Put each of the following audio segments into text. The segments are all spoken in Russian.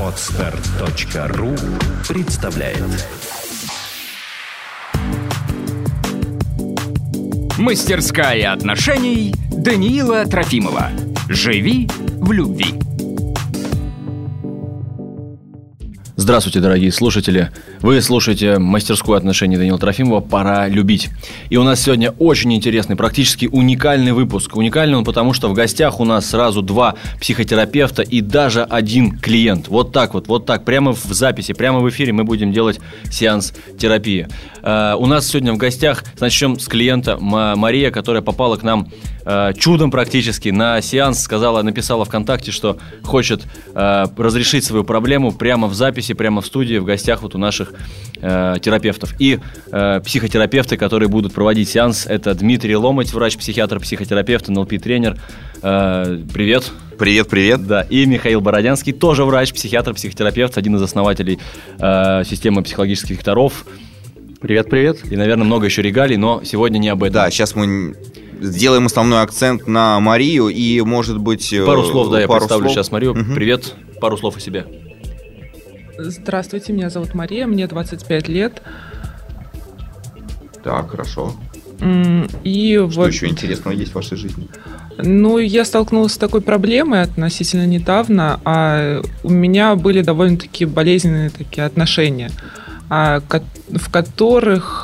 Podster.ru представляет. Мастерская отношений Даниила Трофимова. Живи в любви. Здравствуйте, дорогие слушатели! Вы слушаете мастерскую отношений Даниила Трофимова «Пора любить». И у нас сегодня очень интересный, практически уникальный выпуск. Уникальный он потому, что в гостях у нас сразу 2 психотерапевта и даже 1 клиент. Вот так, прямо в записи, прямо в эфире мы будем делать сеанс терапии. У нас сегодня в гостях, начнем с клиента, Мария, которая попала к нам чудом практически на сеанс, написала ВКонтакте, что хочет разрешить свою проблему прямо в записи, прямо в студии, в гостях у наших терапевтов. И психотерапевты, которые будут проводить сеанс, это Дмитрий Ломоть, врач-психиатр, психотерапевт, НЛП-тренер. Привет. Привет. Да, и Михаил Бородянский, тоже врач, психиатр, психотерапевт, один из основателей системы психологических векторов. Привет. И, наверное, много еще регалий, но сегодня не об этом. Да, сейчас мы сделаем основной акцент на Марию и, может быть... Пару слов, я представлю сейчас Марию. Привет, пару слов о себе. Здравствуйте, меня зовут Мария, мне 25 лет. Так, хорошо. И что еще интересного есть в вашей жизни? Я столкнулась с такой проблемой относительно недавно, у меня были довольно-таки болезненные такие отношения, в которых,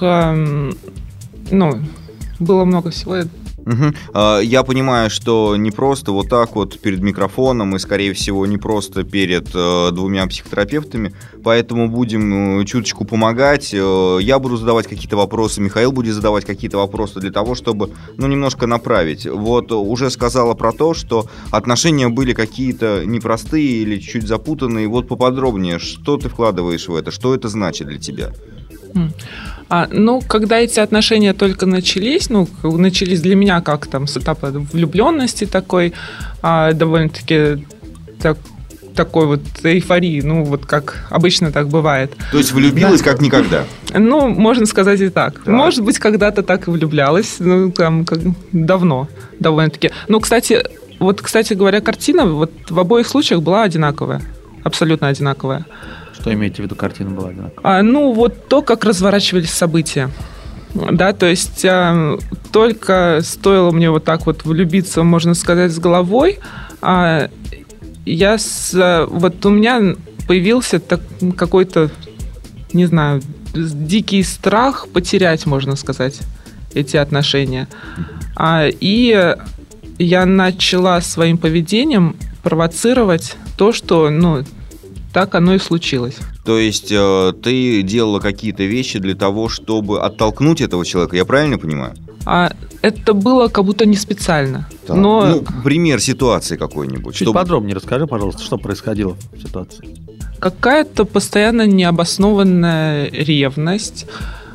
было много всего. Я понимаю, что не просто вот так вот перед микрофоном и, скорее всего, не просто перед 2 психотерапевтами, поэтому будем чуточку помогать. Я буду задавать какие-то вопросы, Михаил будет задавать какие-то вопросы для того, чтобы, немножко направить. Вот уже сказала про то, что отношения были какие-то непростые или чуть запутанные. Вот поподробнее, что ты вкладываешь в это, что это значит для тебя? Когда эти отношения только начались, начались для меня как с этапа влюбленности такой, довольно-таки такой вот эйфории, как обычно так бывает. То есть влюбилась как никогда? Можно сказать и так. Может быть, когда-то так и влюблялась, давно довольно-таки. Кстати говоря, картина в обоих случаях была одинаковая, абсолютно одинаковая. Что имеете в виду, картина была одинаковая? То, как разворачивались события. Да, то есть только стоило мне вот так вот влюбиться, можно сказать, с головой, у меня появился какой-то, не знаю, дикий страх потерять, можно сказать, эти отношения. И я начала своим поведением провоцировать то, что, так оно и случилось. То есть ты делала какие-то вещи для того, чтобы оттолкнуть этого человека, я правильно понимаю? Это было как будто не специально. Так. Но... пример ситуации какой-нибудь. Чуть подробнее расскажи, пожалуйста, что происходило в ситуации. Какая-то постоянно необоснованная ревность.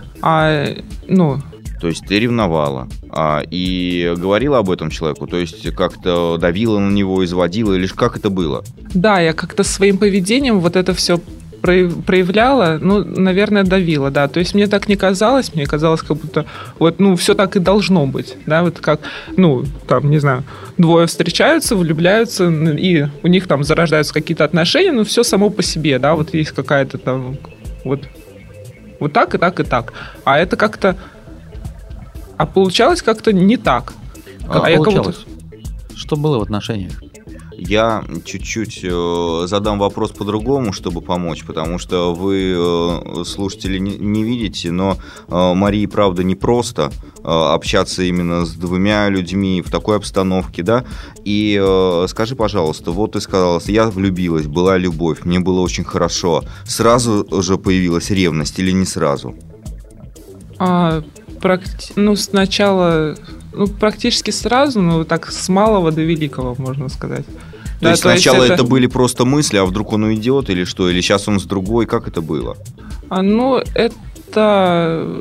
То есть ты ревновала и говорила об этом человеку? То есть как-то давила на него, изводила? Или как это было? Да, я как-то своим поведением вот это все проявляла, наверное, давила, да. То есть мне так не казалось, мне казалось, как будто все так и должно быть, да, вот как, не знаю, 2 встречаются, влюбляются, и у них там зарождаются какие-то отношения, все само по себе, да, вот есть какая-то там, вот так и так и так. А это как-то, получалось как-то не так. Получалось. Что было в отношениях? Я чуть-чуть задам вопрос по-другому, чтобы помочь, потому что вы, слушатели, не видите, но Марии, правда, непросто общаться именно с 2 людьми в такой обстановке, да? И скажи, пожалуйста, вот ты сказала, я влюбилась, была любовь, мне было очень хорошо. Сразу же появилась ревность или не сразу? Сначала... практически сразу, так с малого до великого, можно сказать. То есть сначала это были просто мысли, а вдруг он уйдет или что? Или сейчас он с другой? Как это было? Это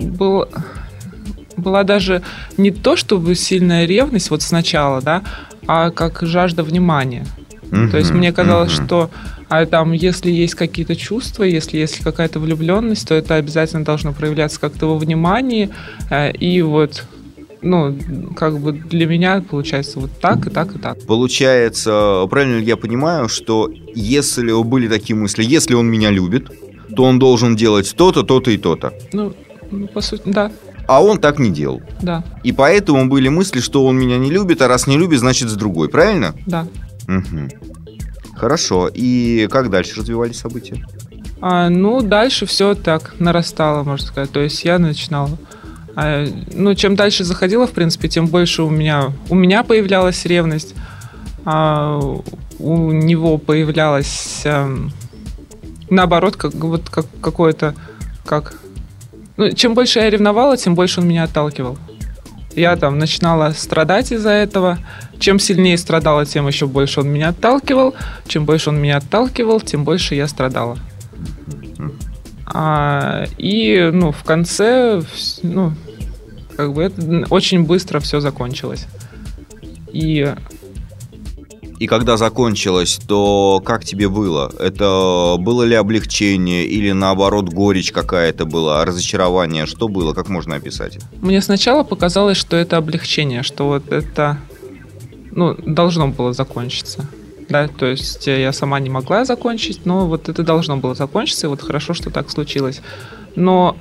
была даже не то, чтобы сильная ревность вот сначала, да, а как жажда внимания. То есть мне казалось, что если есть какие-то чувства, если есть какая-то влюбленность, то это обязательно должно проявляться как-то во внимании. И ну, как бы для меня получается вот так и так и так. Получается, правильно ли я понимаю, что если были такие мысли, если он меня любит, то он должен делать то-то, то-то и то-то. Ну, по сути, да. А он так не делал. Да. И поэтому были мысли, что он меня не любит, а раз не любит, значит с другой, правильно? Да. Угу. Хорошо. И как дальше развивались события? Ну, дальше все так нарастало, можно сказать. То есть я начинала. Ну, чем дальше заходила, в принципе, тем больше у меня появлялась ревность, у него появлялась наоборот, какое-то. Ну, чем больше я ревновала, тем больше он меня отталкивал. Я там начинала страдать из-за этого. Чем сильнее страдала, тем еще больше он меня отталкивал. Чем больше он меня отталкивал, тем больше я страдала. И, ну, в конце, ну, как бы это очень быстро все закончилось. И когда закончилось, то как тебе было? Это было ли облегчение или наоборот горечь какая-то была, разочарование? Что было? Как можно описать это? Мне сначала показалось, что это облегчение, что вот это, ну, должно было закончиться. Да, то есть я сама не могла закончить, но вот это должно было закончиться, и вот хорошо, что так случилось. Но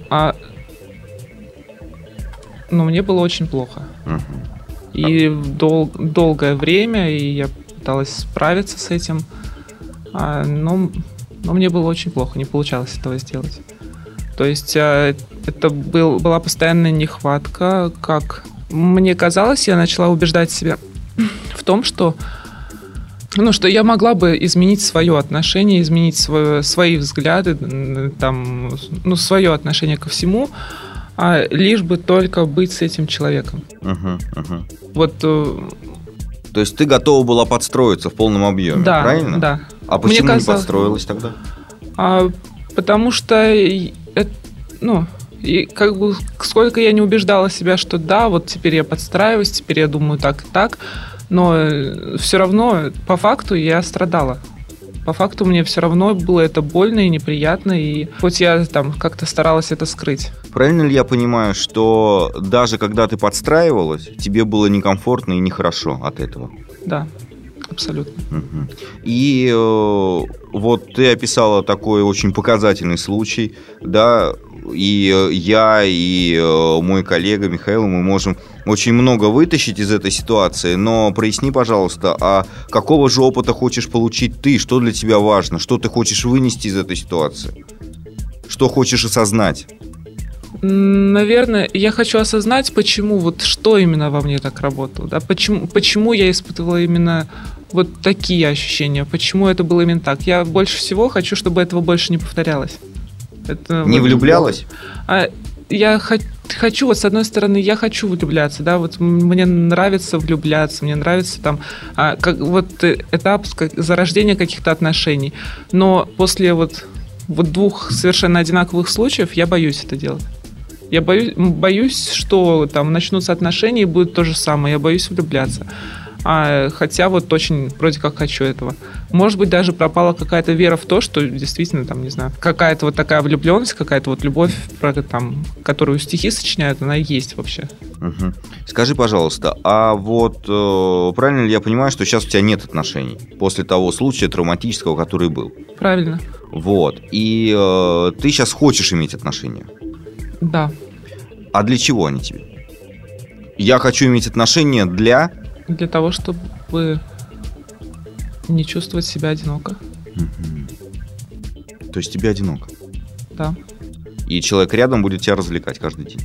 мне было очень плохо. И долгое время, и я пыталась справиться с этим, но мне было очень плохо, не получалось этого сделать. То есть это была постоянная нехватка, как мне казалось, я начала убеждать себя в том, что я могла бы изменить свое отношение, изменить свои взгляды, там, ну, свое отношение ко всему, лишь бы только быть с этим человеком. Вот. То есть ты готова была подстроиться в полном объеме, да, правильно? Да. А почему не подстроилась тогда? Потому что, и как бы сколько я не убеждала себя, что да, вот теперь я подстраиваюсь, теперь я думаю так и так, но все равно по факту я страдала. По факту мне все равно было это больно и неприятно, и хоть я там как-то старалась это скрыть. Правильно ли я понимаю, что даже когда ты подстраивалась, тебе было некомфортно и нехорошо от этого? Да, абсолютно. И вот ты описала такой очень показательный случай, да, и я, и мой коллега Михаил, мы можем очень много вытащить из этой ситуации, но проясни, пожалуйста, а какого же опыта хочешь получить ты, что для тебя важно, что ты хочешь вынести из этой ситуации, что хочешь осознать? Наверное, я хочу осознать, почему, вот что именно во мне так работало, да, почему я испытывала именно вот такие ощущения, почему это было именно так. Я больше всего хочу, чтобы этого больше не повторялось. Это не влюблялась? Я хочу, вот с одной стороны, я хочу влюбляться, да, вот мне нравится влюбляться, мне нравится там вот этап зарождения каких-то отношений, но после вот двух совершенно одинаковых случаев я боюсь это делать. Я боюсь, что там начнутся отношения и будет то же самое, я боюсь влюбляться. Хотя вот очень вроде как хочу этого. Может быть, даже пропала какая-то вера в то, что действительно, там, не знаю, какая-то вот такая влюбленность, какая-то вот любовь, там, которую стихи сочиняют, она есть вообще. Скажи, пожалуйста, а вот правильно ли я понимаю, что сейчас у тебя нет отношений после того случая травматического, который был? Правильно. Вот. И ты сейчас хочешь иметь отношения? Да. А для чего они тебе? Я хочу иметь отношения для того, чтобы не чувствовать себя одиноко. То есть тебе одиноко? Да. И человек рядом будет тебя развлекать каждый день?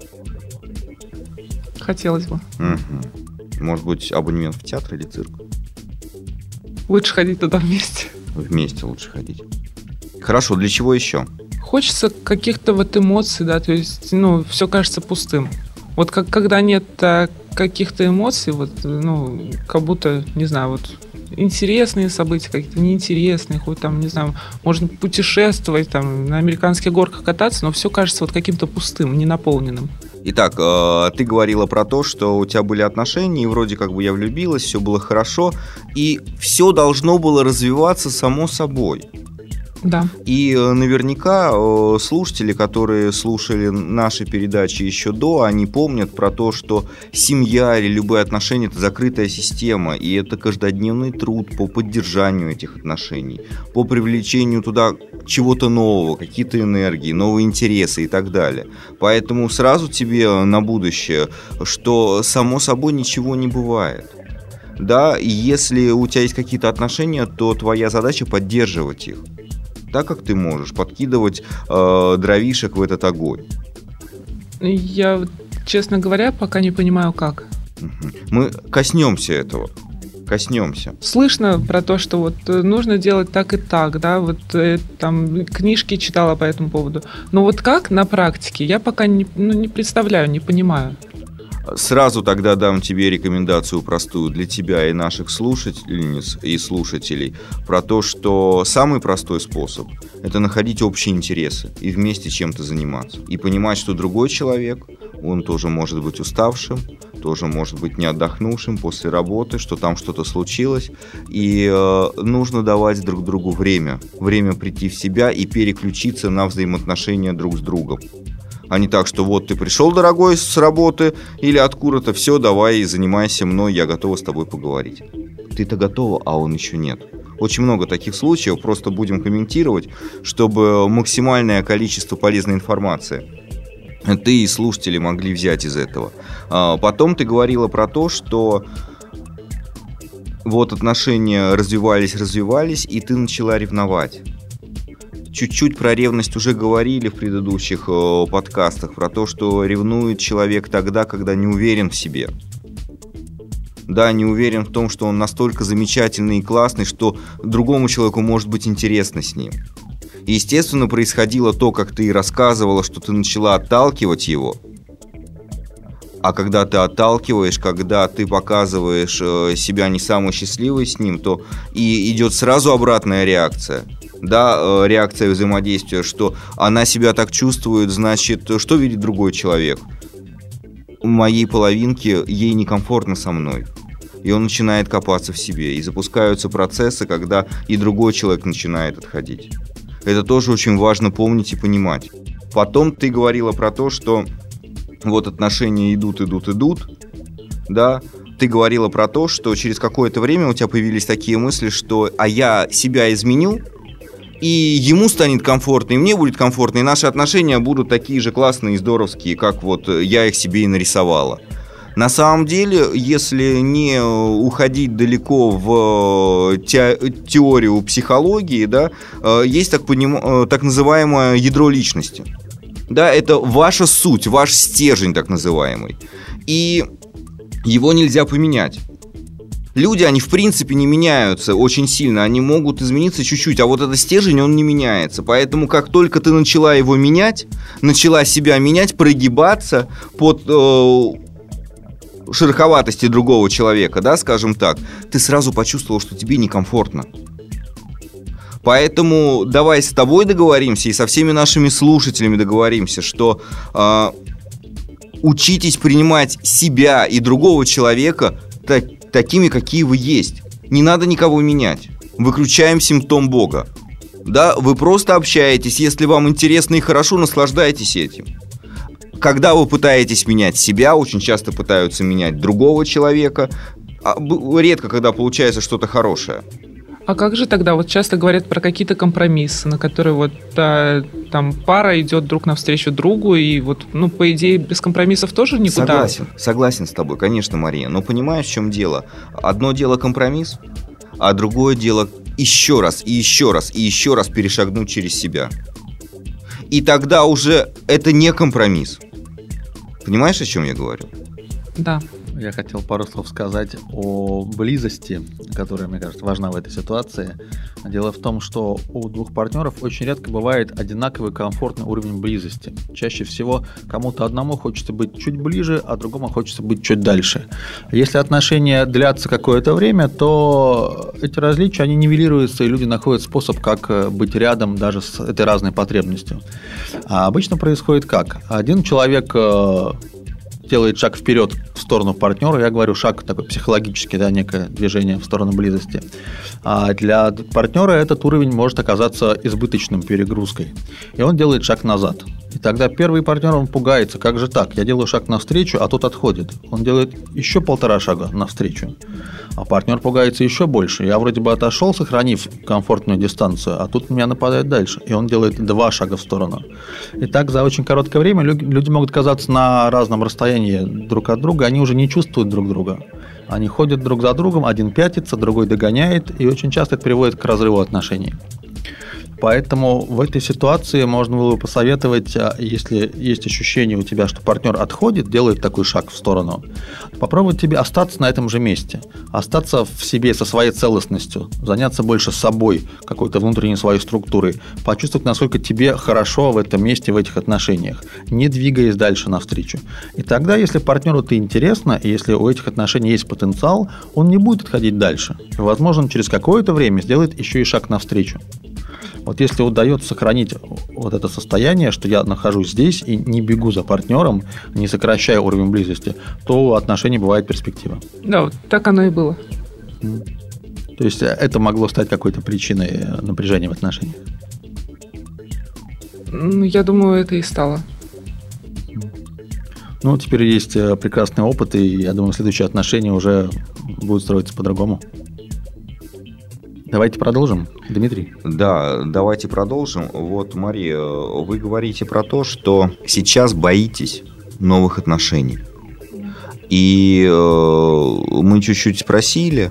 Хотелось бы. Может быть, абонемент в театр или цирк? Лучше ходить туда вместе. Вместе лучше ходить. Хорошо, для чего еще? Хочется каких-то вот эмоций, да, то есть, все кажется пустым. Вот когда нет каких-то эмоций, вот, как будто, не знаю, вот интересные события, какие-то неинтересные, хоть там, не знаю, можно путешествовать, там, на американских горках кататься, но все кажется вот каким-то пустым, ненаполненным. Итак, ты говорила про то, что у тебя были отношения, и вроде как бы я влюбилась, все было хорошо, и все должно было развиваться само собой. Да. И наверняка слушатели, которые слушали наши передачи еще до, они помнят про то, что семья или любые отношения – это закрытая система, и это каждодневный труд по поддержанию этих отношений, по привлечению туда чего-то нового, какие-то энергии, новые интересы и так далее. Поэтому сразу тебе на будущее, что само собой ничего не бывает. Да, и если у тебя есть какие-то отношения, то твоя задача поддерживать их. Так, как ты можешь, подкидывать дровишек в этот огонь. Я, честно говоря, пока не понимаю, как. Мы коснемся этого. Коснемся. Слышно про то, что вот нужно делать так и так, да, вот там книжки читала по этому поводу. Но вот как на практике, я пока не представляю, не понимаю. Сразу тогда дам тебе рекомендацию простую для тебя и наших слушательниц и слушателей про то, что самый простой способ – это находить общие интересы и вместе чем-то заниматься. И понимать, что другой человек, он тоже может быть уставшим, тоже может быть не отдохнувшим после работы, что там что-то случилось. И нужно давать друг другу время прийти в себя и переключиться на взаимоотношения друг с другом. А не так, что вот ты пришел, дорогой, с работы или откуда-то, все, давай занимайся мной, я готова с тобой поговорить. Ты-то готова, а он еще нет. Очень много таких случаев, просто будем комментировать, чтобы максимальное количество полезной информации ты и слушатели могли взять из этого. Потом ты говорила про то, что вот отношения развивались, и ты начала ревновать. Чуть-чуть про ревность уже говорили в предыдущих подкастах, про то, что ревнует человек тогда, когда не уверен в себе. Да, не уверен в том, что он настолько замечательный и классный, что другому человеку может быть интересно с ним. И, естественно, происходило то, как ты и рассказывала, что ты начала отталкивать его. А когда ты отталкиваешь, когда ты показываешь себя не самой счастливой с ним, то и идет сразу обратная реакция. Да, реакция взаимодействия, что она себя так чувствует, значит, что видит другой человек? Моей половинке, ей некомфортно со мной. И он начинает копаться в себе. И запускаются процессы, когда и другой человек начинает отходить. Это тоже очень важно помнить и понимать. Потом ты говорила про то, что вот отношения идут. Да, ты говорила про то, что через какое-то время у тебя появились такие мысли, что «а я себя изменю», и ему станет комфортно, и мне будет комфортно, и наши отношения будут такие же классные и здоровские, как вот я их себе и нарисовала. На самом деле, если не уходить далеко в теорию психологии, да, есть так называемое ядро личности. Да, это ваша суть, ваш стержень так называемый. И его нельзя поменять. Люди, они в принципе не меняются очень сильно, они могут измениться чуть-чуть, а вот этот стержень, он не меняется. Поэтому как только ты начала его менять, начала себя менять, прогибаться под шероховатости другого человека, да, скажем так, ты сразу почувствовал, что тебе некомфортно. Поэтому давай с тобой договоримся и со всеми нашими слушателями договоримся, что учитесь принимать себя и другого человека такими, какие вы есть. Не надо никого менять. Выключаем симптом Бога. Да, вы просто общаетесь. Если вам интересно и хорошо, наслаждайтесь этим. Когда вы пытаетесь менять себя, очень часто пытаются менять другого человека. Редко, когда получается что-то хорошее. А как же тогда? Вот часто говорят про какие-то компромиссы, на которые вот там пара идет друг навстречу другу, и вот, ну, по идее, без компромиссов тоже никуда. Согласен с тобой, конечно, Мария. Но понимаешь, в чем дело? Одно дело компромисс, а другое дело еще раз перешагнуть через себя. И тогда уже это не компромисс. Понимаешь, о чем я говорю? Да. Я хотел пару слов сказать о близости, которая, мне кажется, важна в этой ситуации. Дело в том, что у двух партнеров очень редко бывает одинаковый комфортный уровень близости. Чаще всего кому-то одному хочется быть чуть ближе, а другому хочется быть чуть дальше. Если отношения длятся какое-то время, то эти различия, они нивелируются, и люди находят способ, как быть рядом даже с этой разной потребностью. А обычно происходит как? Один человек делает шаг вперед в сторону партнера, я говорю шаг такой психологический, да, некое движение в сторону близости. А для партнера этот уровень может оказаться избыточным перегрузкой. И он делает шаг назад. И тогда первый партнер, он пугается. Как же так? Я делаю шаг навстречу, а тот отходит. Он делает еще 1,5 шага навстречу. А партнер пугается еще больше. Я вроде бы отошел, сохранив комфортную дистанцию, а тут меня нападает дальше. И он делает 2 шага в сторону. И так за очень короткое время люди могут оказаться на разном расстоянии друг от друга. Они уже не чувствуют друг друга. Они ходят друг за другом, один пятится, другой догоняет. И очень часто это приводит к разрыву отношений. Поэтому в этой ситуации можно было бы посоветовать, если есть ощущение у тебя, что партнер отходит, делает такой шаг в сторону, попробовать тебе остаться на этом же месте, остаться в себе со своей целостностью, заняться больше собой, какой-то внутренней своей структурой, почувствовать, насколько тебе хорошо в этом месте, в этих отношениях, не двигаясь дальше навстречу. И тогда, если партнеру ты интересно, и если у этих отношений есть потенциал, он не будет отходить дальше. И, возможно, через какое-то время сделает еще и шаг навстречу. Вот если удается сохранить вот это состояние, что я нахожусь здесь и не бегу за партнером, не сокращая уровень близости, то у отношений бывает перспектива. Да, вот так оно и было. То есть это могло стать какой-то причиной напряжения в отношениях? Я думаю, это и стало. Ну, теперь есть прекрасный опыт, и я думаю, следующие отношения уже будут строиться по-другому. Давайте продолжим, Дмитрий. Да, давайте продолжим. Вот, Мария, вы говорите про то, что сейчас боитесь новых отношений. И мы чуть-чуть спросили,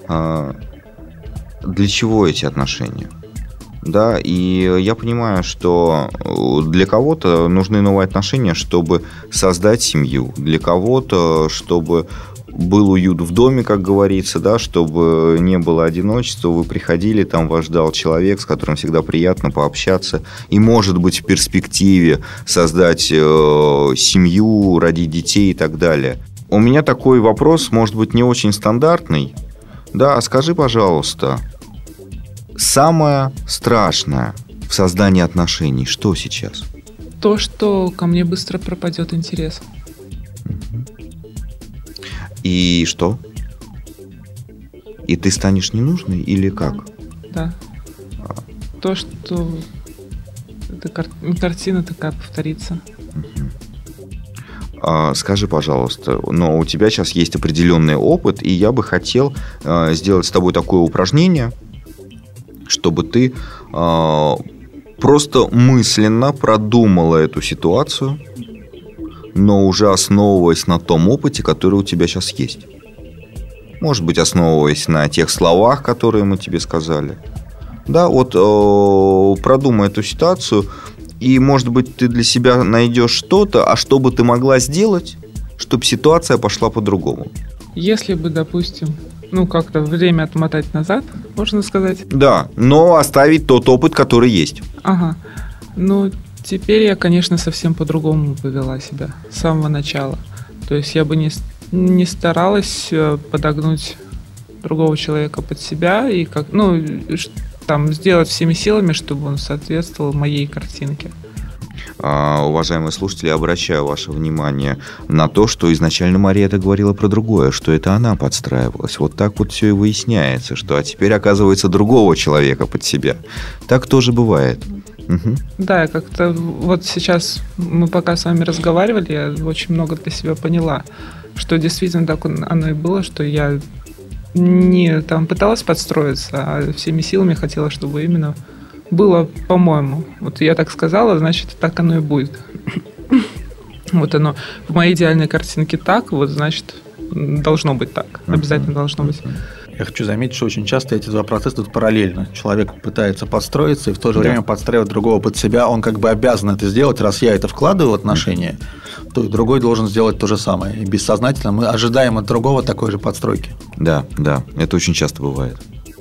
для чего эти отношения? Да, и я понимаю, что для кого-то нужны новые отношения, чтобы создать семью, для кого-то, чтобы был уют в доме, как говорится, да, чтобы не было одиночества, вы приходили, там вас ждал человек, с которым всегда приятно пообщаться, и, может быть, в перспективе создать семью, родить детей и так далее. У меня такой вопрос, может быть, не очень стандартный. Да, скажи, пожалуйста, самое страшное в создании отношений что сейчас? То, что ко мне быстро пропадет интерес. И что? И ты станешь ненужной или как? Да. То, что эта картина такая повторится. Скажи, пожалуйста, но у тебя сейчас есть определенный опыт, и я бы хотел сделать с тобой такое упражнение, чтобы ты просто мысленно продумала эту ситуацию, но уже основываясь на том опыте, который у тебя сейчас есть. Может быть, основываясь на тех словах, которые мы тебе сказали. Да, вот продумай эту ситуацию, и, может быть, ты для себя найдешь что-то, а что бы ты могла сделать, чтобы ситуация пошла по-другому. Если бы, допустим, как-то время отмотать назад, можно сказать. Да, но оставить тот опыт, который есть. Ага. Теперь я, конечно, совсем по-другому повела себя с самого начала. То есть я бы не старалась подогнуть другого человека под себя и сделать всеми силами, чтобы он соответствовал моей картинке. Уважаемые слушатели, обращаю ваше внимание на то, что изначально Мария говорила про другое, что это она подстраивалась. Вот так вот все и выясняется, что теперь оказывается другого человека под себя. Так тоже бывает. Угу. Да, как-то вот сейчас мы пока с вами разговаривали, я очень много для себя поняла, что действительно так оно и было, что я не пыталась подстроиться, а всеми силами хотела, чтобы именно было по-моему. Вот я так сказала, значит, так оно и будет. Вот оно в моей идеальной картинке так, вот значит, должно быть так. Обязательно должно быть. Я хочу заметить, что очень часто эти два процесса идут параллельно. Человек пытается подстроиться и в то же время подстраивать другого под себя. Он как бы обязан это сделать. Раз я это вкладываю в отношения, то и другой должен сделать то же самое. И бессознательно мы ожидаем от другого такой же подстройки. Да, это очень часто бывает.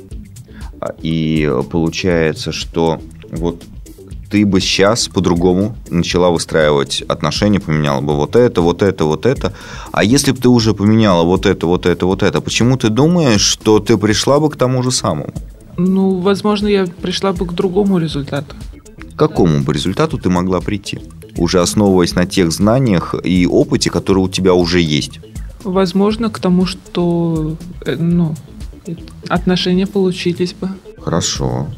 И получается, что вот ты бы сейчас по-другому начала выстраивать отношения, поменяла бы вот это. А если бы ты уже поменяла вот это, почему ты думаешь, что ты пришла бы к тому же самому? Возможно, я пришла бы к другому результату. К какому бы результату ты могла прийти? Уже основываясь на тех знаниях и опыте, которые у тебя уже есть. Возможно, к тому, что отношения получились бы. Хорошо.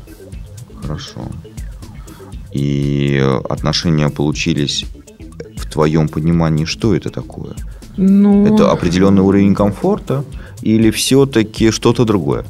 И отношения получились, в твоем понимании, что это такое? Ну, Это определенный уровень комфорта или все-таки что-то другое?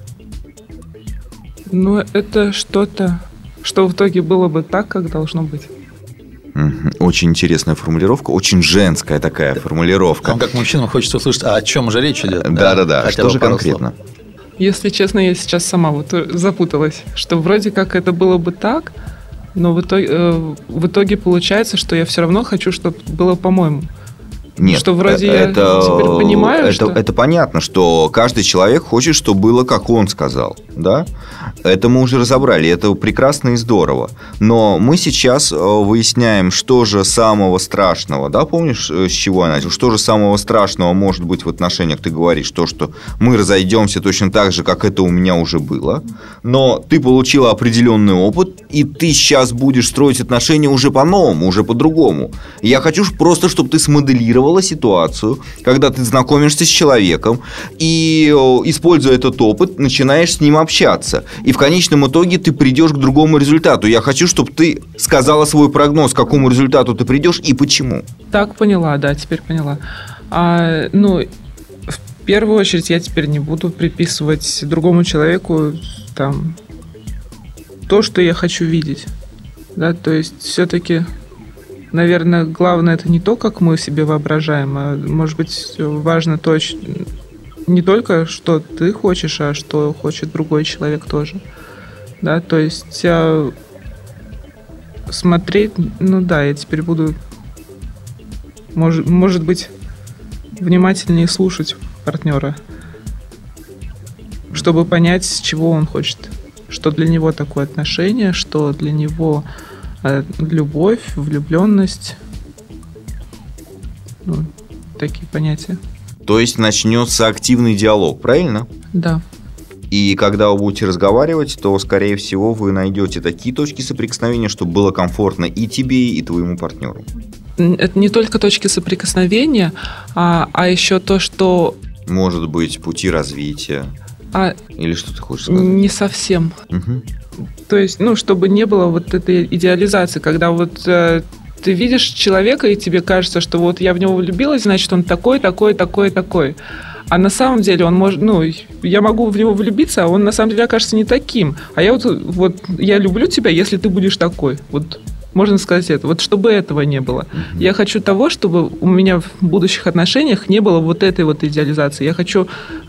ну, это что-то, что в итоге было бы так, как должно быть. Очень интересная формулировка, очень женская такая формулировка. Вам, как мужчинам, хочется услышать, о чем же речь идет. Да. Хотя Что бы же пару конкретно? Если честно, я сейчас сама вот запуталась, что вроде как это было бы так, но в итоге получается, что я все равно хочу, чтобы было по-моему. Нет, Что вроде я теперь понимаю, что... Это понятно, что каждый человек хочет, чтобы было, как он сказал, да? Это мы уже разобрали, это прекрасно и здорово. Но мы сейчас выясняем, что же самого страшного, да? Помнишь, с чего я начал? Что же самого страшного может быть в отношениях? Ты говоришь то, что мы разойдемся точно так же, как это у меня уже было, но ты получила определенный опыт, и ты сейчас будешь строить отношения уже по-новому, уже по-другому. Я хочу просто, чтобы ты смоделировал ситуацию, когда ты знакомишься с человеком и, используя этот опыт, начинаешь с ним общаться. И в конечном итоге ты придешь к другому результату. Я хочу, чтобы ты сказала свой прогноз, к какому результату ты придешь и почему. Так, поняла, да, теперь поняла. В первую очередь я теперь не буду приписывать другому человеку там то, что я хочу видеть. Да, то есть все-таки... Наверное, главное это не то, как мы себе воображаем, а может быть важно то, не только что ты хочешь, а что хочет другой человек тоже. Да, то есть смотреть, я теперь буду, может быть, внимательнее слушать партнера, чтобы понять, с чего он хочет, что для него такое отношение, что для него любовь, влюбленность, такие понятия. То есть начнется активный диалог, правильно? Да. И когда вы будете разговаривать, то, скорее всего, вы найдете такие точки соприкосновения, чтобы было комфортно и тебе, и твоему партнеру. Это не только точки соприкосновения, а еще то, что... Может быть, пути развития. Или что ты хочешь сказать? Не совсем. Угу. То есть, чтобы не было вот этой идеализации, когда ты видишь человека, и тебе кажется, что вот я в него влюбилась, значит, он такой. А на самом деле он может, я могу в него влюбиться, а он на самом деле окажется не таким. А я я люблю тебя, если ты будешь такой. Вот можно сказать это. Вот чтобы этого не было. Mm-hmm. Я хочу того, чтобы у меня в будущих отношениях не было вот этой вот идеализации. Я хочу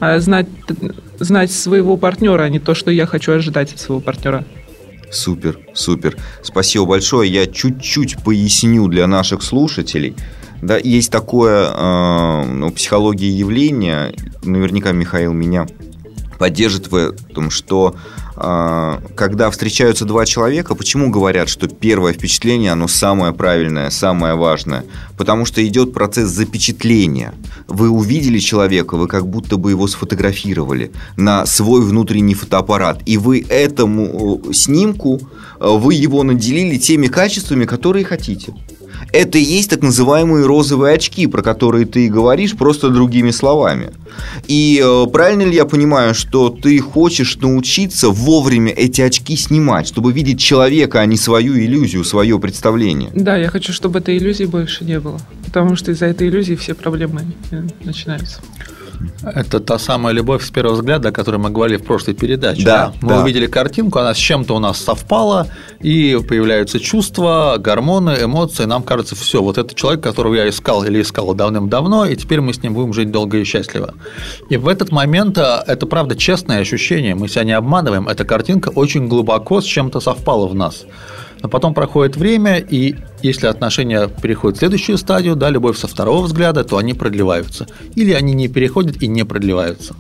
знать своего партнера, а не то, что я хочу ожидать от своего партнера. Супер. Спасибо большое. Я чуть-чуть поясню для наших слушателей. Да, есть такое психология явления, наверняка Михаил меня поддержит в этом, что когда встречаются два человека, почему говорят, что первое впечатление, оно самое правильное, самое важное? Потому что идет процесс запечатления. Вы увидели человека, вы как будто бы его сфотографировали на свой внутренний фотоаппарат. И вы этому снимку, вы его наделили теми качествами, которые хотите. Это и есть так называемые розовые очки, про которые ты говоришь, просто другими словами. И правильно ли я понимаю, что ты хочешь научиться вовремя эти очки снимать, чтобы видеть человека, а не свою иллюзию, свое представление? Да, я хочу, чтобы этой иллюзии больше не было. Потому что из-за этой иллюзии все проблемы начинаются. Это та самая любовь с первого взгляда, о которой мы говорили в прошлой передаче. Да, Мы увидели картинку, она с чем-то у нас совпала, и появляются чувства, гормоны, эмоции. Нам кажется, все, вот это человек, которого я искал или искала давным-давно, и теперь мы с ним будем жить долго и счастливо. И в этот момент это, правда, честное ощущение, мы себя не обманываем, эта картинка очень глубоко с чем-то совпала в нас. Но потом проходит время, и если отношения переходят в следующую стадию, да, любовь со второго взгляда, то они продлеваются. Или они не переходят и не продлеваются.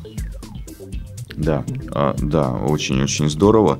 Да, очень-очень здорово.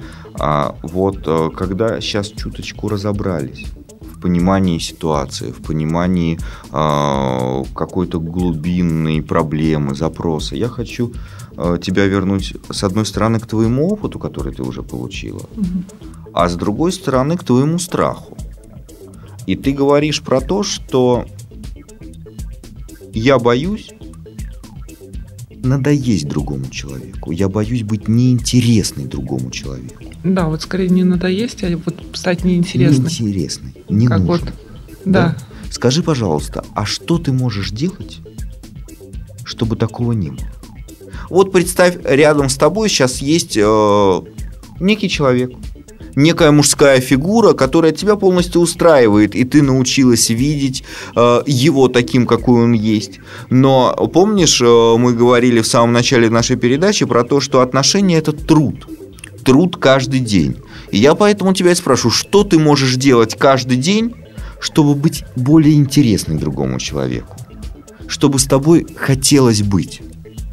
Когда сейчас чуточку разобрались в понимании ситуации, в понимании какой-то глубинной проблемы, запроса, я хочу тебя вернуть, с одной стороны, к твоему опыту, который ты уже получила, а с другой стороны, к твоему страху. И ты говоришь про то, что я боюсь, надоесть другому человеку. Я боюсь быть неинтересной другому человеку. Да, вот скорее не надоесть, а вот стать неинтересной. Неинтересной. Не как нужен. Вот, да. Скажи, пожалуйста, а что ты можешь делать, чтобы такого не было? Вот представь, рядом с тобой сейчас есть некий человек, некая мужская фигура, которая тебя полностью устраивает, и ты научилась видеть его таким, какой он есть. Но помнишь, мы говорили в самом начале нашей передачи про то, что отношения – это труд. Труд каждый день. И я поэтому тебя и спрашиваю, что ты можешь делать каждый день, чтобы быть более интересной другому человеку? Чтобы с тобой хотелось быть?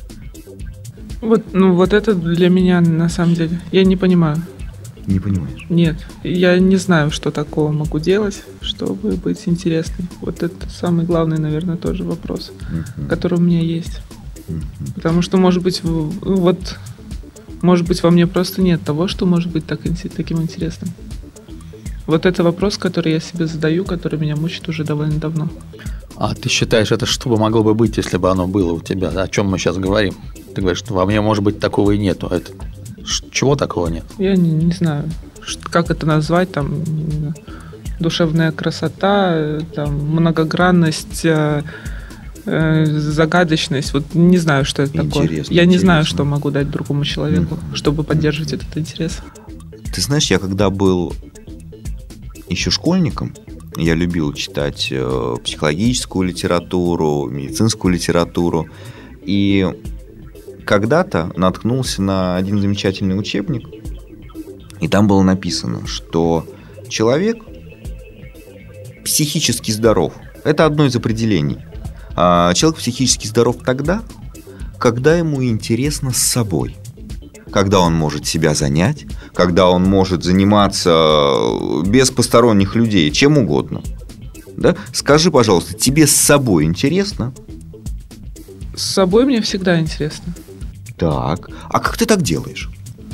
Вот это для меня на самом деле. Я не понимаю. Не понимаешь? Нет, я не знаю, что такого могу делать, чтобы быть интересной. Вот это самый главный, наверное, тоже вопрос, который у меня есть. Потому что, может быть, во мне просто нет того, что может быть таким интересным. Вот это вопрос, который я себе задаю, который меня мучит уже довольно давно. А ты считаешь, это что бы могло бы быть, если бы оно было у тебя? О чем мы сейчас говорим? Ты говоришь, что во мне, может быть, такого и нету. Это... Чего такого нет? Я не знаю, как это назвать, там, душевная красота, там, многогранность, загадочность. Вот не знаю, что это такое. Я не знаю, что могу дать другому человеку, чтобы поддерживать этот интерес. Ты знаешь, я когда был еще школьником, я любил читать психологическую литературу, медицинскую литературу. И когда-то наткнулся на один замечательный учебник, и там было написано, что человек психически здоров. Это одно из определений. Человек психически здоров тогда, когда ему интересно с собой. Когда он может себя занять, когда он может заниматься без посторонних людей, чем угодно. Да? Скажи, пожалуйста, тебе с собой интересно? С собой мне всегда интересно. Так, а как ты так делаешь?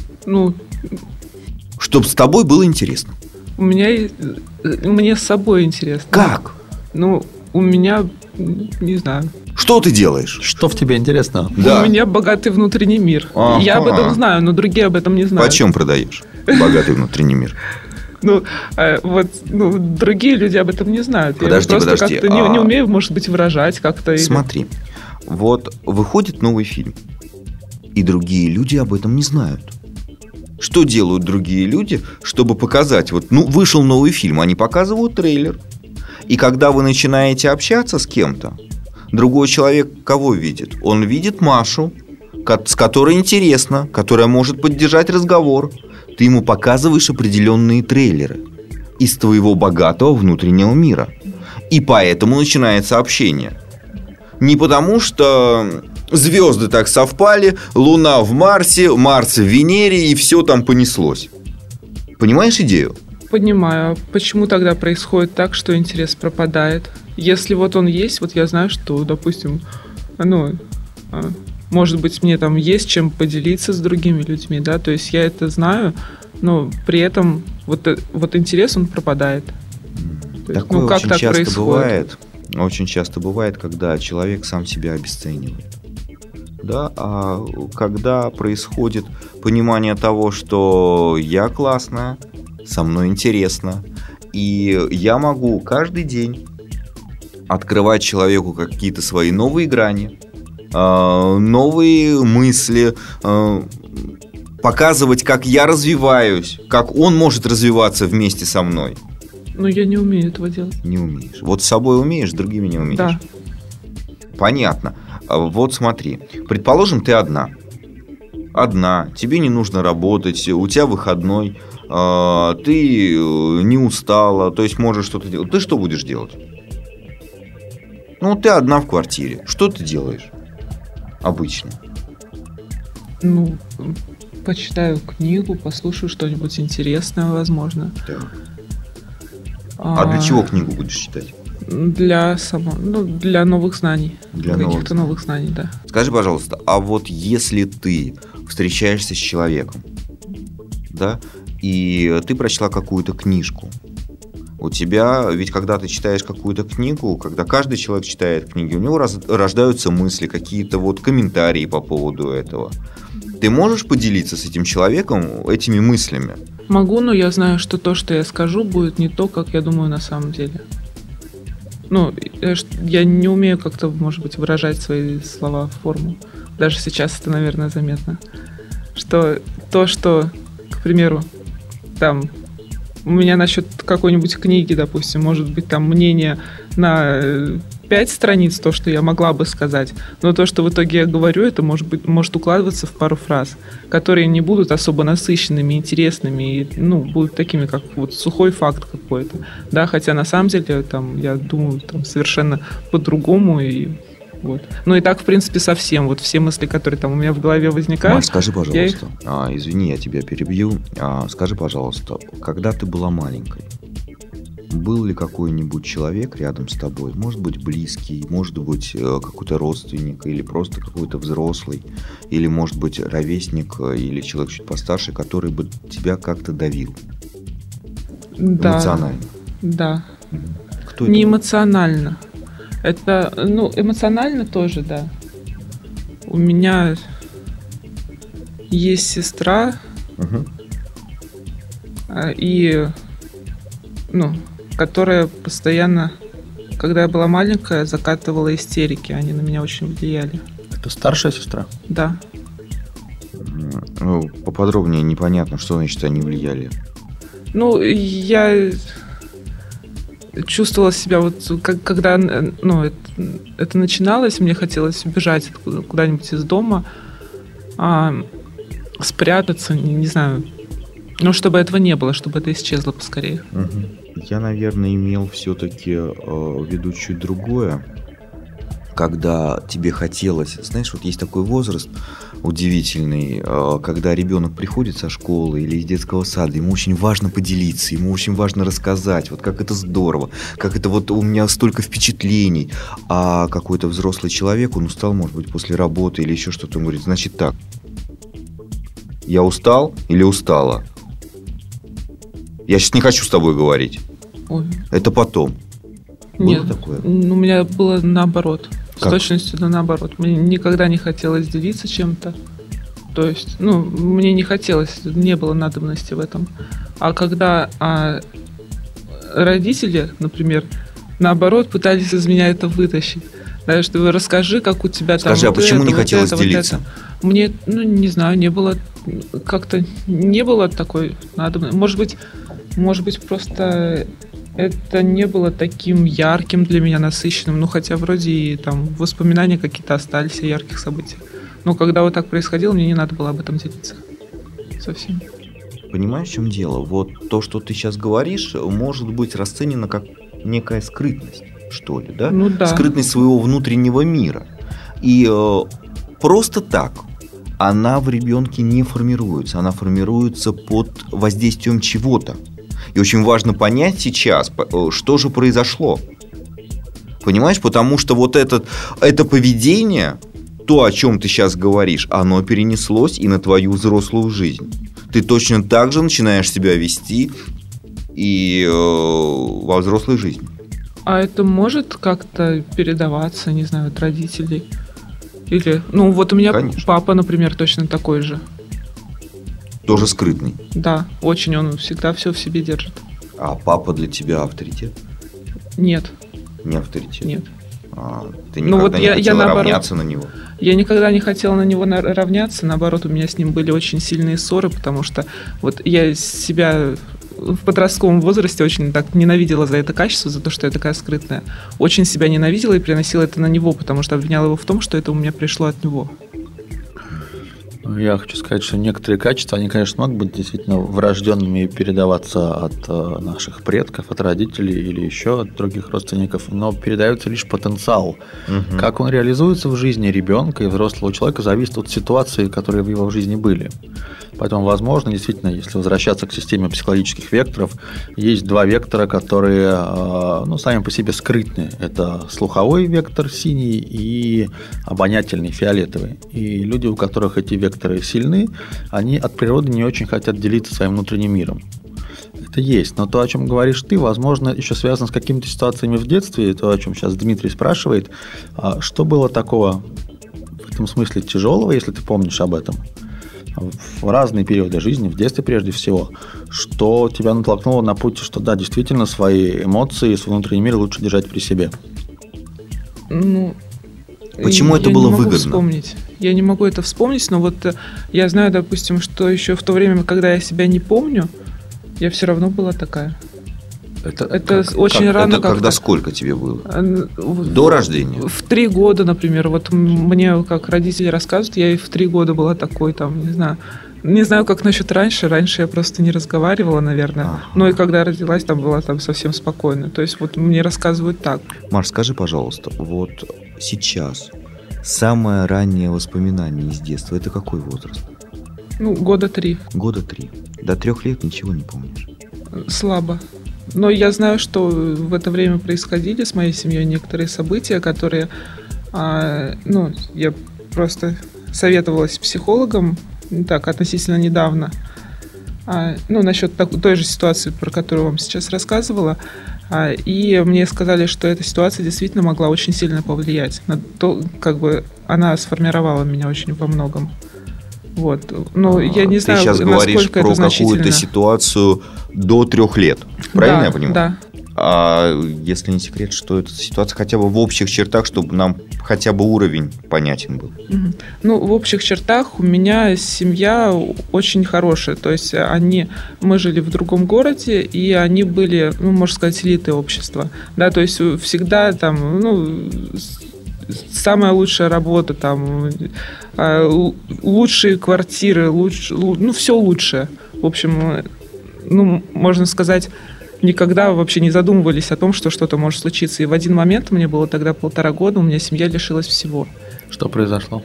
Чтобы с тобой было интересно. Мне с собой интересно. Как? У меня, не знаю. Что ты делаешь? Что в тебе интересно? Да. У меня богатый внутренний мир. Я об этом знаю, но другие об этом не знают. Почем продаешь богатый внутренний мир? Другие люди об этом не знают. Подожди. Я просто как-то не умею, может быть, выражать как-то. Смотри, вот выходит новый фильм, и другие люди об этом не знают. Что делают другие люди, чтобы показать? Вышел новый фильм, они показывают трейлер. И когда вы начинаете общаться с кем-то, другой человек кого видит? Он видит Машу, с которой интересно, которая может поддержать разговор. Ты ему показываешь определенные трейлеры из твоего богатого внутреннего мира. И поэтому начинается общение. Не потому, что звезды так совпали, Луна в Марсе, Марс в Венере, и все там понеслось. Понимаешь идею? Понимаю. Почему тогда происходит так, что интерес пропадает? Если он есть, я знаю, что, допустим, может быть, мне там есть чем поделиться с другими людьми, да, то есть я это знаю, но при этом интерес, он пропадает. Такое как очень так часто происходит? Очень часто бывает, когда человек сам себя обесценивает. Да, а когда происходит понимание того, что я классная, со мной интересно, и я могу каждый день открывать человеку какие-то свои новые грани, новые мысли, показывать, как я развиваюсь, как он может развиваться вместе со мной. Но я не умею этого делать. Не умеешь. Вот с собой умеешь, с другими не умеешь. Да. Понятно. Вот смотри. Предположим, ты одна. Одна. Тебе не нужно работать. У тебя выходной. Ты не устала. То есть можешь что-то делать. Ты что будешь делать? Ты одна в квартире. Что ты делаешь обычно? Почитаю книгу, послушаю что-нибудь интересное, возможно. Так. А для чего книгу будешь читать? Для новых знаний. Для каких-то новых знаний, да. Скажи, пожалуйста, а вот если ты встречаешься с человеком, да, и ты прочла какую-то книжку, У тебя, ведь когда ты читаешь какую-то книгу, когда каждый человек читает книги, у него рождаются мысли, какие-то вот комментарии по поводу этого. Ты можешь поделиться с этим человеком этими мыслями? Могу, но я знаю, что то, что я скажу, будет не то, как я думаю на самом деле. Ну, я не умею как-то, может быть, выражать свои слова в форму. Даже сейчас это, наверное, заметно. Что то, что, к примеру, там, у меня насчет какой-нибудь книги, допустим, может быть, там мнение на 5 страниц, то, что я могла бы сказать, но то, что в итоге я говорю, это может укладываться в пару фраз, которые не будут особо насыщенными, интересными, и, ну, будут такими, как вот сухой факт какой-то, да, хотя на самом деле, там, я думаю, там, совершенно по-другому, и вот. Ну и так, в принципе, совсем. Вот все мысли, которые там у меня в голове возникают. Маш, скажи, пожалуйста, извини, я тебя перебью. Скажи, пожалуйста, когда ты была маленькой, был ли какой-нибудь человек рядом с тобой, может быть, близкий, может быть, какой-то родственник, или просто какой-то взрослый, или, может быть, ровесник, или человек чуть постарше, который бы тебя как-то давил? Да. Эмоционально? Да. Кто это? Не эмоционально. Это, ну, эмоционально тоже, да. У меня есть сестра, и, ну, которая постоянно, когда я была маленькая, закатывала истерики. Они на меня очень влияли. Это старшая сестра? Да. Ну, поподробнее непонятно, что значит они влияли. Ну, я чувствовала себя вот, когда, ну, это начиналось, мне хотелось убежать куда-нибудь из дома, спрятаться, не знаю, но чтобы этого не было, чтобы это исчезло поскорее. Я, наверное, имел все-таки в виду чуть другое. Когда тебе хотелось, знаешь, вот есть такой возраст удивительный, когда ребенок приходит со школы или из детского сада, ему очень важно поделиться, ему очень важно рассказать, вот как это здорово, как это вот у меня столько впечатлений, а какой-то взрослый человек, он устал, может быть, после работы или еще что-то, он говорит, значит так, я устал или устала? Я сейчас не хочу с тобой говорить. Ой. Это потом. Нет, было такое? У меня было наоборот. Как? С точностью да наоборот. Мне никогда не хотелось делиться чем-то. То есть, ну, мне не хотелось, не было надобности в этом. А когда родители, например, наоборот, пытались из меня это вытащить. Да, что расскажи, как у тебя там. Скажи, вот а почему это, не вот хотелось это, делиться? Вот это. Мне, ну, не знаю, не было как-то не было такой надобности. Может быть, просто это не было таким ярким для меня, насыщенным. Ну, хотя вроде и там воспоминания какие-то остались о ярких событиях. Но когда вот так происходило, мне не надо было об этом делиться. Совсем. Понимаешь, в чем дело? Вот то, что ты сейчас говоришь, может быть расценено как некая скрытность, что ли, да? Ну да. Скрытность своего внутреннего мира. И просто так она в ребенке не формируется. Она формируется под воздействием чего-то. И очень важно понять сейчас, что же произошло. Понимаешь? Потому что вот это поведение, то, о чем ты сейчас говоришь, оно перенеслось и на твою взрослую жизнь. Ты точно так же начинаешь себя вести и во взрослой жизни. А это может как-то передаваться, не знаю, от родителей? Или, ну, вот у меня Конечно. Папа, например, точно такой же. Тоже скрытный. Да, очень, он всегда все в себе держит. А папа для тебя авторитет? Нет, Не авторитет? нет. Ты Ну, никогда вот не хотела наоборот, равняться на него? Я никогда не хотела на него равняться, наоборот, у меня с ним были очень сильные ссоры, потому что вот я себя в подростковом возрасте очень так ненавидела за это качество, за то, что я такая скрытная. Очень себя ненавидела и приносила это на него, потому что обвиняла его в том, что это у меня пришло от него. Я хочу сказать, что некоторые качества, они, конечно, могут быть действительно врожденными и передаваться от наших предков, от родителей или еще от других родственников, но передается лишь потенциал. Угу. Как он реализуется в жизни ребенка и взрослого человека, зависит от ситуации, которые в его жизни были. Поэтому, возможно, действительно, если возвращаться к системе психологических векторов, есть два вектора, которые, ну, сами по себе скрытны. Это слуховой вектор синий и обонятельный фиолетовый. И люди, у которых эти векторы сильны, они от природы не очень хотят делиться своим внутренним миром. Это есть, но то, о чем говоришь ты, возможно, еще связано с какими-то ситуациями в детстве, и то, о чем сейчас Дмитрий спрашивает. Что было такого в этом смысле тяжелого, если ты помнишь об этом, в разные периоды жизни, в детстве прежде всего, что тебя натолкнуло на путь, что да, действительно, свои эмоции, свой внутренний мир лучше держать при себе? Ну, Почему это я было не могу выгодно? Вспомнить. Я не могу это вспомнить, но вот я знаю, допустим, что еще в то время, когда я себя не помню, я все равно была такая. Это очень рано. Это когда сколько тебе было? До рождения? В 3 года, например. Вот мне, как родители рассказывают, я и в 3 года была такой, там, не знаю. Не знаю, как насчет раньше. Раньше я просто не разговаривала, наверное. Ага. Но и когда родилась, там была там совсем спокойно. То есть вот мне рассказывают так. Маш, скажи, пожалуйста, вот сейчас самое раннее воспоминание из детства, это какой возраст? Ну, 3 года. Года 3. До 3 лет ничего не помнишь? Слабо. Но я знаю, что в это время происходили с моей семьей некоторые события, которые... я просто советовалась с психологом, так, относительно недавно, насчет той же ситуации, про которую вам сейчас рассказывала, и мне сказали, что эта ситуация действительно могла очень сильно повлиять на то, как бы она сформировала меня очень во многом. Вот. Но я не знаю, ты сейчас говоришь насколько про это значительно. какую-то ситуацию до 3 лет, правильно Да, я понимаю? Да. А если не секрет, что это ситуация хотя бы в общих чертах, чтобы нам хотя бы уровень понятен был? Ну, в общих чертах у меня семья очень хорошая. То есть мы жили в другом городе, и они были, можно сказать, элитой общества. Да, то есть всегда там, самая лучшая работа, там, лучшие квартиры, все лучшее. В общем, можно сказать, никогда вообще не задумывались о том, что что-то может случиться. И в один момент, мне было тогда 1,5 года, у меня семья лишилась всего. Что произошло?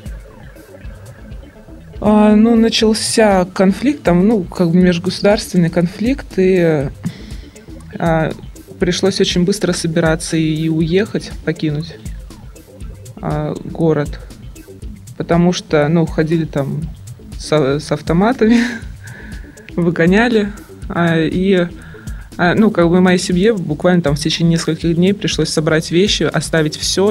Начался конфликт, там, межгосударственный конфликт, и пришлось очень быстро собираться и уехать, покинуть город, потому что, ходили там с автоматами, выгоняли, моей семье буквально там в течение нескольких дней пришлось собрать вещи, оставить все,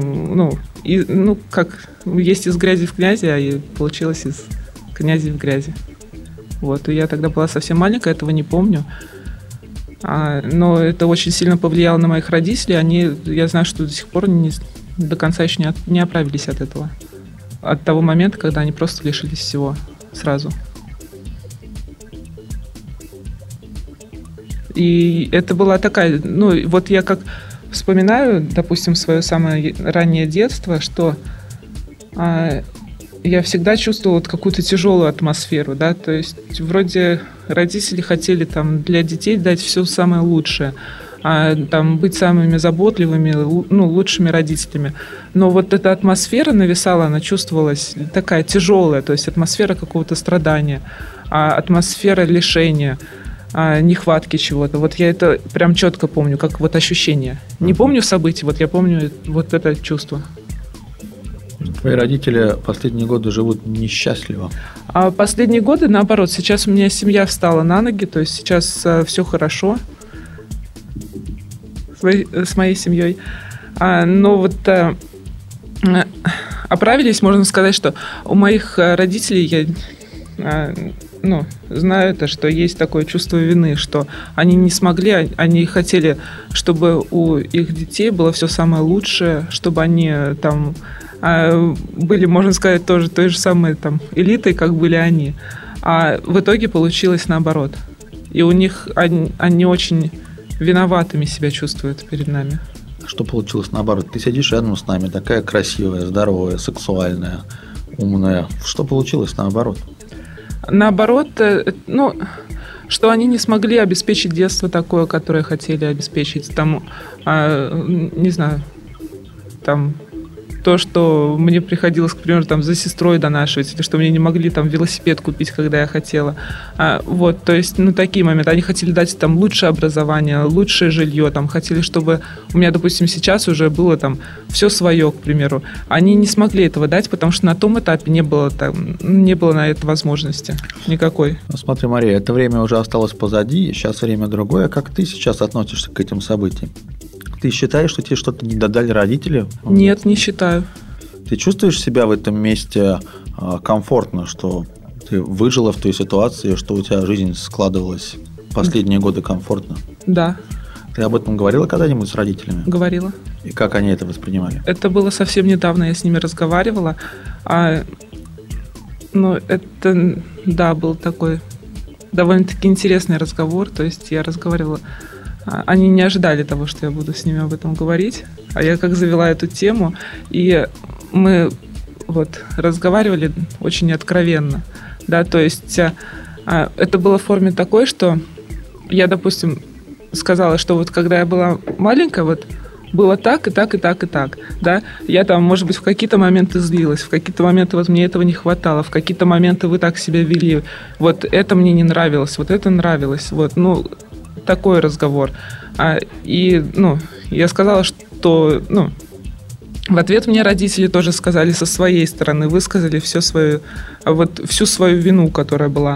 как есть из грязи в князи, и получилось из князи в грязи. Вот, и я тогда была совсем маленькая, этого не помню. Но это очень сильно повлияло на моих родителей. Я знаю, что до сих пор до конца еще не оправились от этого. От того момента, когда они просто лишились всего сразу. И это была такая... вот я как вспоминаю, допустим, свое самое раннее детство, что я всегда чувствовала какую-то тяжелую атмосферу, да, то есть вроде родители хотели там для детей дать все самое лучшее, там быть самыми заботливыми, лучшими родителями. Но вот эта атмосфера нависала, она чувствовалась такая тяжелая, то есть атмосфера какого-то страдания, атмосфера лишения, нехватки чего-то. Вот я это прям четко помню, как вот ощущение. Не помню события, вот я помню вот это чувство. Твои родители последние годы живут несчастливо. А последние годы, наоборот, сейчас у меня семья встала на ноги, то есть сейчас все хорошо с моей семьей. Но вот оправились, можно сказать, что у моих родителей я знаю это, что есть такое чувство вины, что они не смогли, они хотели, чтобы у их детей было все самое лучшее, чтобы они там были, можно сказать, тоже той же самой там элитой, как были они. А в итоге получилось наоборот. И у них они очень виноватыми себя чувствуют перед нами. Что получилось наоборот? Ты сидишь рядом с нами, такая красивая, здоровая, сексуальная, умная. Что получилось наоборот? Наоборот, что они не смогли обеспечить детство такое, которое хотели обеспечить. Там, не знаю, там то, что мне приходилось, к примеру, там, за сестрой донашивать, или что мне не могли там велосипед купить, когда я хотела. Вот, то есть, такие моменты. Они хотели дать там лучшее образование, лучшее жилье, там, хотели, чтобы у меня, допустим, сейчас уже было там все свое, к примеру. Они не смогли этого дать, потому что на том этапе не было на это возможности никакой. Смотри, Мария, это время уже осталось позади, сейчас время другое. Как ты сейчас относишься к этим событиям? Ты считаешь, что тебе что-то не додали родители? Нет, не считаю. Ты чувствуешь себя в этом месте комфортно, что ты выжила в той ситуации, что у тебя жизнь складывалась последние годы комфортно? Да. Ты об этом говорила когда-нибудь с родителями? Говорила. И как они это воспринимали? Это было совсем недавно, я с ними разговаривала. Это, да, был такой довольно-таки интересный разговор. То есть я разговаривала. Они не ожидали того, что я буду с ними об этом говорить. А я как завела эту тему, и мы разговаривали очень откровенно. Да, то есть это было в форме такой, что я, допустим, сказала, что когда я была маленькая, было так, и так, и так, и так. Да? Я там, может быть, в какие-то моменты злилась, в какие-то моменты мне этого не хватало, в какие-то моменты вы так себя вели. Это мне не нравилось, это нравилось. Такой разговор. Я сказала, что, в ответ мне родители тоже сказали со своей стороны, высказали всю свою вину, которая была.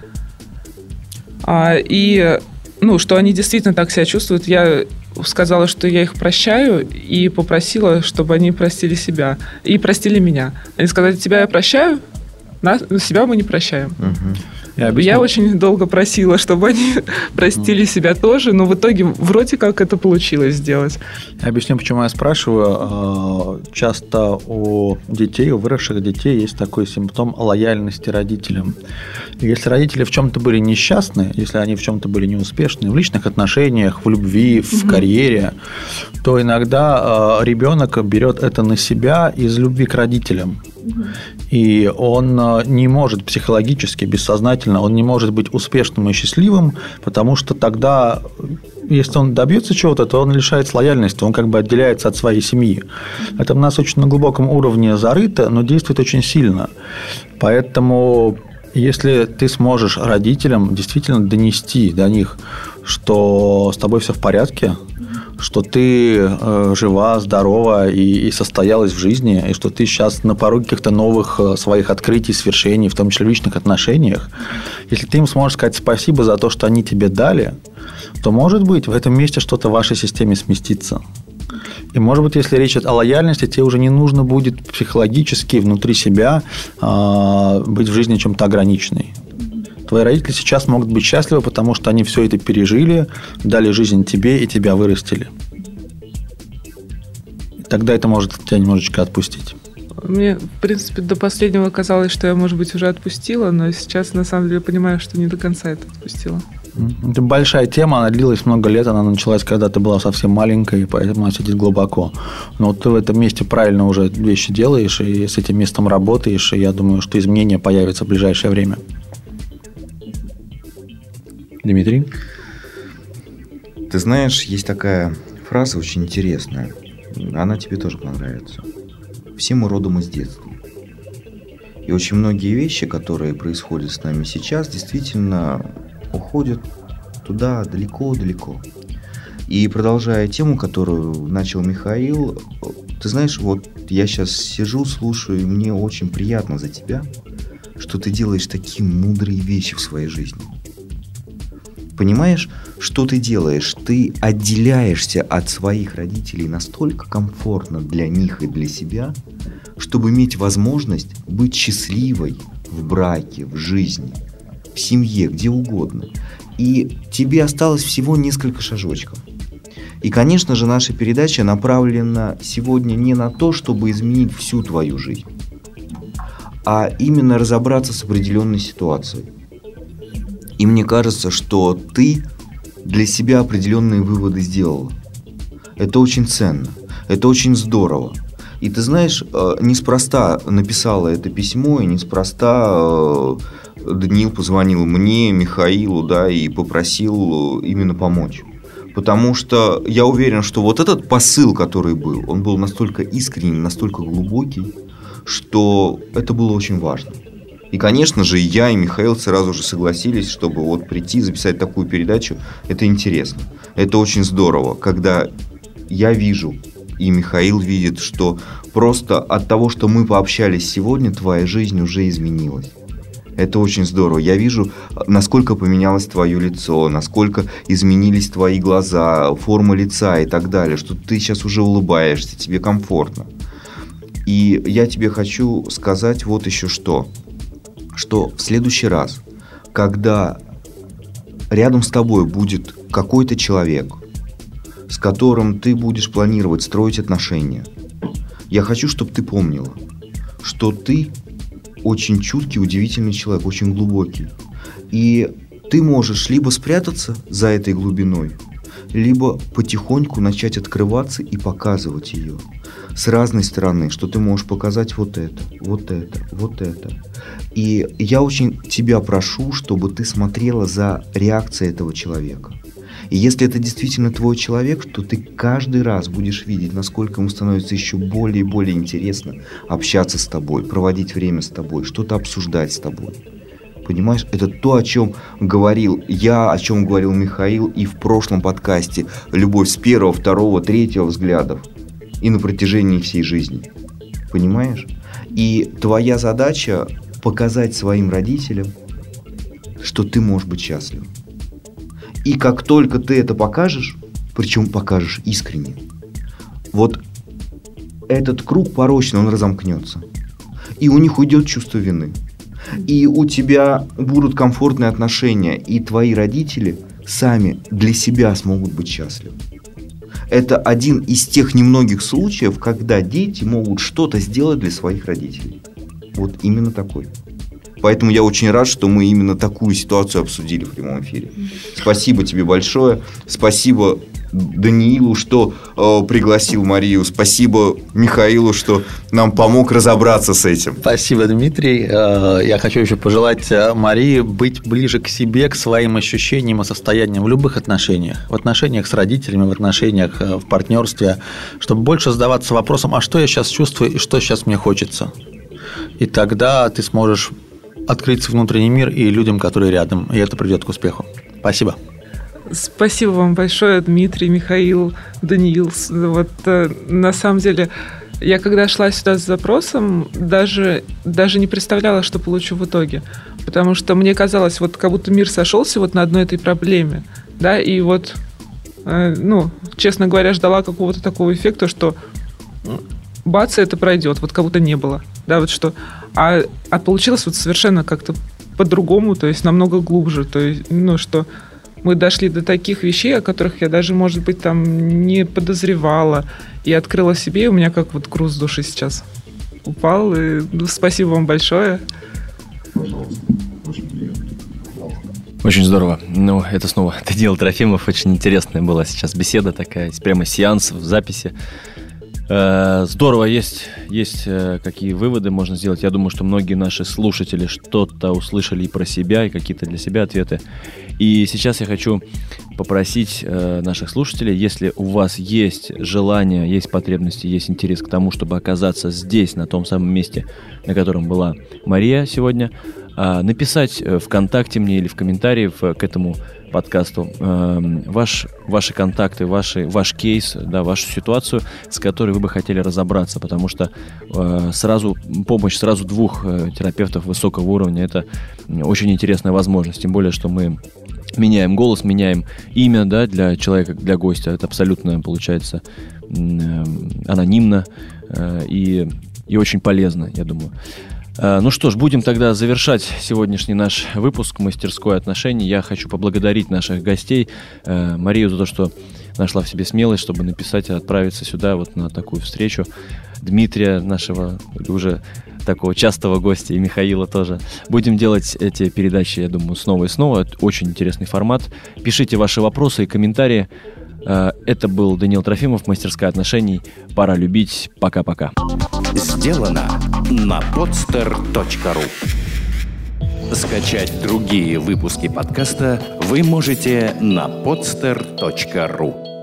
Что они действительно так себя чувствуют, я сказала, что я их прощаю, и попросила, чтобы они простили себя и простили меня. Они сказали: тебя я прощаю, себя мы не прощаем. Я очень долго просила, чтобы они простили себя тоже, но в итоге вроде как это получилось сделать. Я объясню, почему я спрашиваю. Часто у детей, у выросших детей есть такой симптом лояльности родителям. Если родители в чем-то были несчастны, если они в чем-то были неуспешны, в личных отношениях, в любви, в карьере, то иногда ребенок берет это на себя из любви к родителям. И он не может психологически, бессознательно, он не может быть успешным и счастливым, потому что тогда, если он добьется чего-то, то он лишается лояльности, он как бы отделяется от своей семьи. Это у нас очень на глубоком уровне зарыто, но действует очень сильно. Поэтому, если ты сможешь родителям действительно донести до них, что с тобой все в порядке, что ты жива, здорова и состоялась в жизни, и что ты сейчас на пороге каких-то новых своих открытий, свершений, в том числе в личных отношениях, если ты им сможешь сказать спасибо за то, что они тебе дали, то, может быть, в этом месте что-то в вашей системе сместится. И, может быть, если речь идет о лояльности, тебе уже не нужно будет психологически внутри себя быть в жизни чем-то ограниченной. Твои родители сейчас могут быть счастливы, потому что они все это пережили, дали жизнь тебе и тебя вырастили. И тогда это может тебя немножечко отпустить. Мне, в принципе, до последнего казалось, что я, может быть, уже отпустила, но сейчас, на самом деле, понимаю, что не до конца это отпустила. Это большая тема, она длилась много лет, она началась, когда ты была совсем маленькой, и поэтому она сидит глубоко. Но ты в этом месте правильно уже вещи делаешь, и с этим местом работаешь, и я думаю, что изменения появятся в ближайшее время. Дмитрий? Ты знаешь, есть такая фраза очень интересная. Она тебе тоже понравится. Все мы родом из детства. И очень многие вещи, которые происходят с нами сейчас, действительно уходят туда далеко-далеко. И продолжая тему, которую начал Михаил, ты знаешь, я сейчас сижу, слушаю, и мне очень приятно за тебя, что ты делаешь такие мудрые вещи в своей жизни. Понимаешь, что ты делаешь? Ты отделяешься от своих родителей настолько комфортно для них и для себя, чтобы иметь возможность быть счастливой в браке, в жизни, в семье, где угодно. И тебе осталось всего несколько шажочков. И, конечно же, наша передача направлена сегодня не на то, чтобы изменить всю твою жизнь, а именно разобраться с определенной ситуацией. И мне кажется, что ты для себя определенные выводы сделала. Это очень ценно, это очень здорово. И ты знаешь, неспроста написала это письмо, и неспроста Даниил позвонил мне, Михаилу, да, и попросил именно помочь. Потому что я уверен, что вот этот посыл, который был, он был настолько искренний, настолько глубокий, что это было очень важно. И, конечно же, я и Михаил сразу же согласились, чтобы вот прийти, записать такую передачу. Это интересно. Это очень здорово, когда я вижу, и Михаил видит, что просто от того, что мы пообщались сегодня, твоя жизнь уже изменилась. Это очень здорово. Я вижу, насколько поменялось твое лицо, насколько изменились твои глаза, форма лица и так далее, что ты сейчас уже улыбаешься, тебе комфортно. И я тебе хочу сказать вот еще что в следующий раз, когда рядом с тобой будет какой-то человек, с которым ты будешь планировать строить отношения, я хочу, чтобы ты помнила, что ты очень чуткий, удивительный человек, очень глубокий. И ты можешь либо спрятаться за этой глубиной, либо потихоньку начать открываться и показывать ее с разной стороны, что ты можешь показать вот это, вот это, вот это. И я очень тебя прошу, чтобы ты смотрела за реакцией этого человека. И если это действительно твой человек, то ты каждый раз будешь видеть, насколько ему становится еще более и более интересно общаться с тобой, проводить время с тобой, что-то обсуждать с тобой. Понимаешь, это то, о чем говорил я, о чем говорил Михаил и в прошлом подкасте «Любовь с первого, второго, третьего взглядов» и на протяжении всей жизни. Понимаешь? И твоя задача показать своим родителям, что ты можешь быть счастлив. И как только ты это покажешь, причем покажешь искренне, вот этот круг порочный, он разомкнется. И у них уйдет чувство вины. И у тебя будут комфортные отношения, и твои родители сами для себя смогут быть счастливы. Это один из тех немногих случаев, когда дети могут что-то сделать для своих родителей. Вот именно такой. Поэтому я очень рад, что мы именно такую ситуацию обсудили в прямом эфире. Спасибо тебе большое. Спасибо Даниилу, что пригласил Марию. Спасибо Михаилу, что нам помог разобраться с этим. Спасибо, Дмитрий. Я хочу еще пожелать Марии быть ближе к себе, к своим ощущениям и состояниям в любых отношениях. В отношениях с родителями, в отношениях в партнерстве, чтобы больше задаваться вопросом, а что я сейчас чувствую и что сейчас мне хочется. И тогда ты сможешь открыться в внутренний мир и людям, которые рядом, и это придет к успеху. Спасибо. Спасибо вам большое, Дмитрий, Михаил, Даниил. Вот на самом деле, я когда шла сюда с запросом, даже не представляла, что получу в итоге. Потому что мне казалось, вот как будто мир сошелся вот на одной этой проблеме. Да, и вот, честно говоря, ждала какого-то такого эффекта, что бац, это пройдет, вот как будто не было. Да, вот что. А получилось вот совершенно как-то по-другому, то есть намного глубже. То есть, что мы дошли до таких вещей, о которых я даже, может быть, там не подозревала. И открыла себе, и у меня как вот груз души сейчас упал. И, спасибо вам большое. Очень здорово. Это снова Даниил Трофимов. Очень интересная была сейчас беседа такая, прямо сеанс в записи. Здорово, есть какие выводы можно сделать. Я думаю, что многие наши слушатели что-то услышали и про себя, и какие-то для себя ответы. И сейчас я хочу попросить наших слушателей, если у вас есть желание, есть потребности, есть интерес к тому, чтобы оказаться здесь, на том самом месте, на котором была Мария сегодня, написать ВКонтакте мне или в комментарии к этому подкасту ваши контакты, ваш кейс, да, вашу ситуацию, с которой вы бы хотели разобраться, потому что помощь сразу двух терапевтов высокого уровня – это очень интересная возможность, тем более, что мы меняем голос, меняем имя, да, для человека, для гостя, это абсолютно получается анонимно и очень полезно, я думаю. Ну что ж, будем тогда завершать сегодняшний наш выпуск «Мастерской отношений». Я хочу поблагодарить наших гостей, Марию за то, что нашла в себе смелость, чтобы написать и отправиться сюда вот на такую встречу, Дмитрия, нашего уже такого частого гостя, и Михаила тоже. Будем делать эти передачи, я думаю, снова и снова. Это очень интересный формат. Пишите ваши вопросы и комментарии. Это был Даниил Трофимов, «Мастерская отношений». Пора любить. Пока-пока. Сделано на podster.ru. Скачать другие выпуски подкаста вы можете на podster.ru.